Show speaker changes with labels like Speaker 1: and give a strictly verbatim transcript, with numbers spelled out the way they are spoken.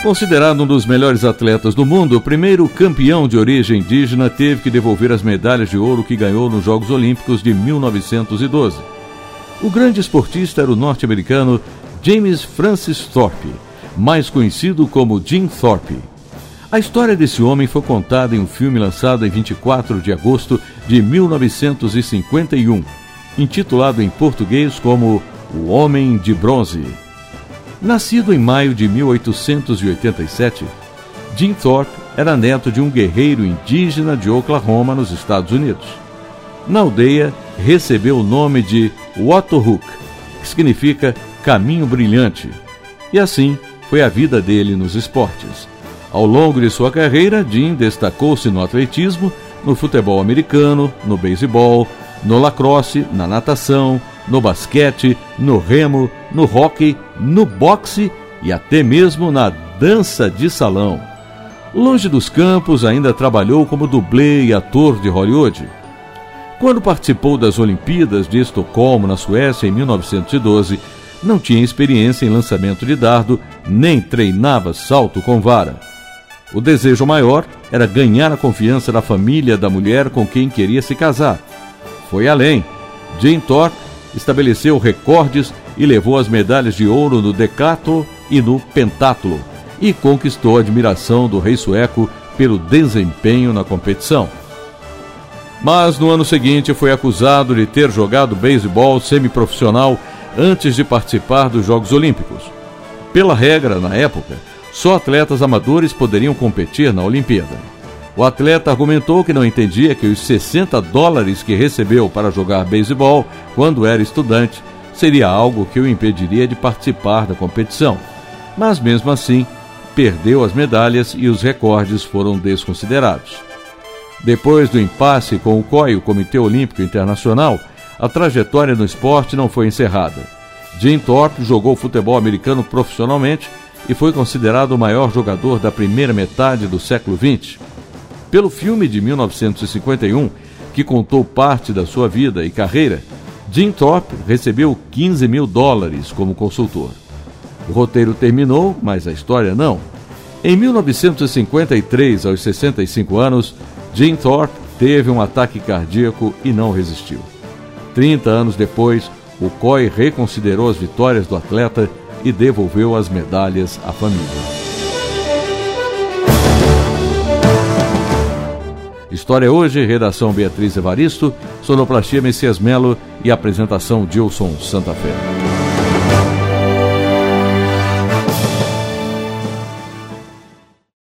Speaker 1: Considerado um dos melhores atletas do mundo, o primeiro campeão de origem indígena teve que devolver as medalhas de ouro que ganhou nos Jogos Olímpicos de mil novecentos e doze. O grande esportista era o norte-americano James Francis Thorpe, mais conhecido como Jim Thorpe. A história desse homem foi contada em um filme lançado em vinte e quatro de agosto de mil novecentos e cinquenta e um, intitulado em português como O Homem de Bronze. Nascido em maio de mil oitocentos e oitenta e sete, Jim Thorpe era neto de um guerreiro indígena de Oklahoma, nos Estados Unidos. Na aldeia, recebeu o nome de Watohuk, que significa caminho brilhante, e assim foi a vida dele nos esportes. Ao longo de sua carreira, Jim destacou-se no atletismo, no futebol americano, no beisebol, no lacrosse, na natação, no basquete, no remo, no hóquei, no boxe e até mesmo na dança de salão. Longe dos campos, ainda trabalhou como dublê e ator de Hollywood. Quando participou das Olimpíadas de Estocolmo, na Suécia, em mil novecentos e doze, não tinha experiência em lançamento de dardo, nem treinava salto com vara. O desejo maior era ganhar a confiança da família da mulher com quem queria se casar. Foi além. Jim Thorpe estabeleceu recordes e levou as medalhas de ouro no decathlon e no pentatlo, e conquistou a admiração do rei sueco pelo desempenho na competição. Mas no ano seguinte foi acusado de ter jogado beisebol semiprofissional antes de participar dos Jogos Olímpicos. Pela regra, na época, só atletas amadores poderiam competir na Olimpíada. O atleta argumentou que não entendia que os sessenta dólares que recebeu para jogar beisebol quando era estudante seria algo que o impediria de participar da competição. Mas mesmo assim, perdeu as medalhas e os recordes foram desconsiderados. Depois do impasse com o C O I, o Comitê Olímpico Internacional, a trajetória no esporte não foi encerrada. Jim Thorpe jogou futebol americano profissionalmente e foi considerado o maior jogador da primeira metade do século vinte. Pelo filme de mil novecentos e cinquenta e um, que contou parte da sua vida e carreira, Jim Thorpe recebeu quinze mil dólares como consultor. O roteiro terminou, mas a história não. Em mil novecentos e cinquenta e três, aos sessenta e cinco anos, Jim Thorpe teve um ataque cardíaco e não resistiu. trinta anos depois, o C O I reconsiderou as vitórias do atleta e devolveu as medalhas à família. História Hoje, redação Beatriz Evaristo, sonoplastia Messias Melo e apresentação Dilson Santa Fé.